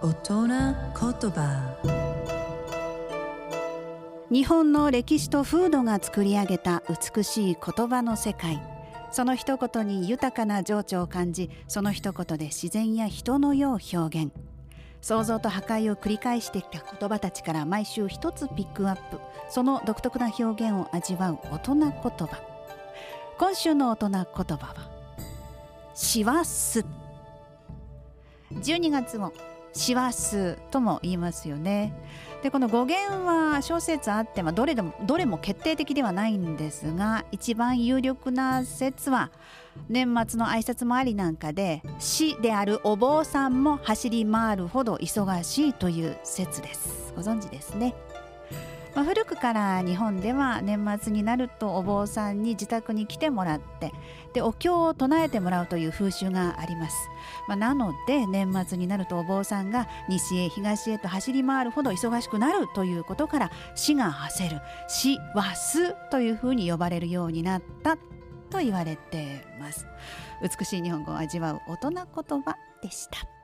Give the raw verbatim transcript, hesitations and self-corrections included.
大人言葉。 日本の歴史と風土が作り上げた美しい言葉の世界。その一言に豊かな情緒を感じ、その一言で自然や人の世を表現。創造と破壊を繰り返してきた言葉たちから毎週一つピックアップ。その独特な表現を味わう大人言葉。今週の大人言葉は師走。じゅうにがつも師走とも言いますよね。でこの語源は諸説あって、まあ、どれでもどれも決定的ではないんですが、一番有力な説は年末の挨拶回りなんかで師であるお坊さんも走り回るほど忙しいという説です。ご存知ですね。まあ、古くから日本では年末になるとお坊さんに自宅に来てもらってでお経を唱えてもらうという風習があります。まあ、なので年末になるとお坊さんが西へ東へと走り回るほど忙しくなるということから、師が馳せる師走というふうに呼ばれるようになったと言われています。美しい日本語を味わう大人言葉でした。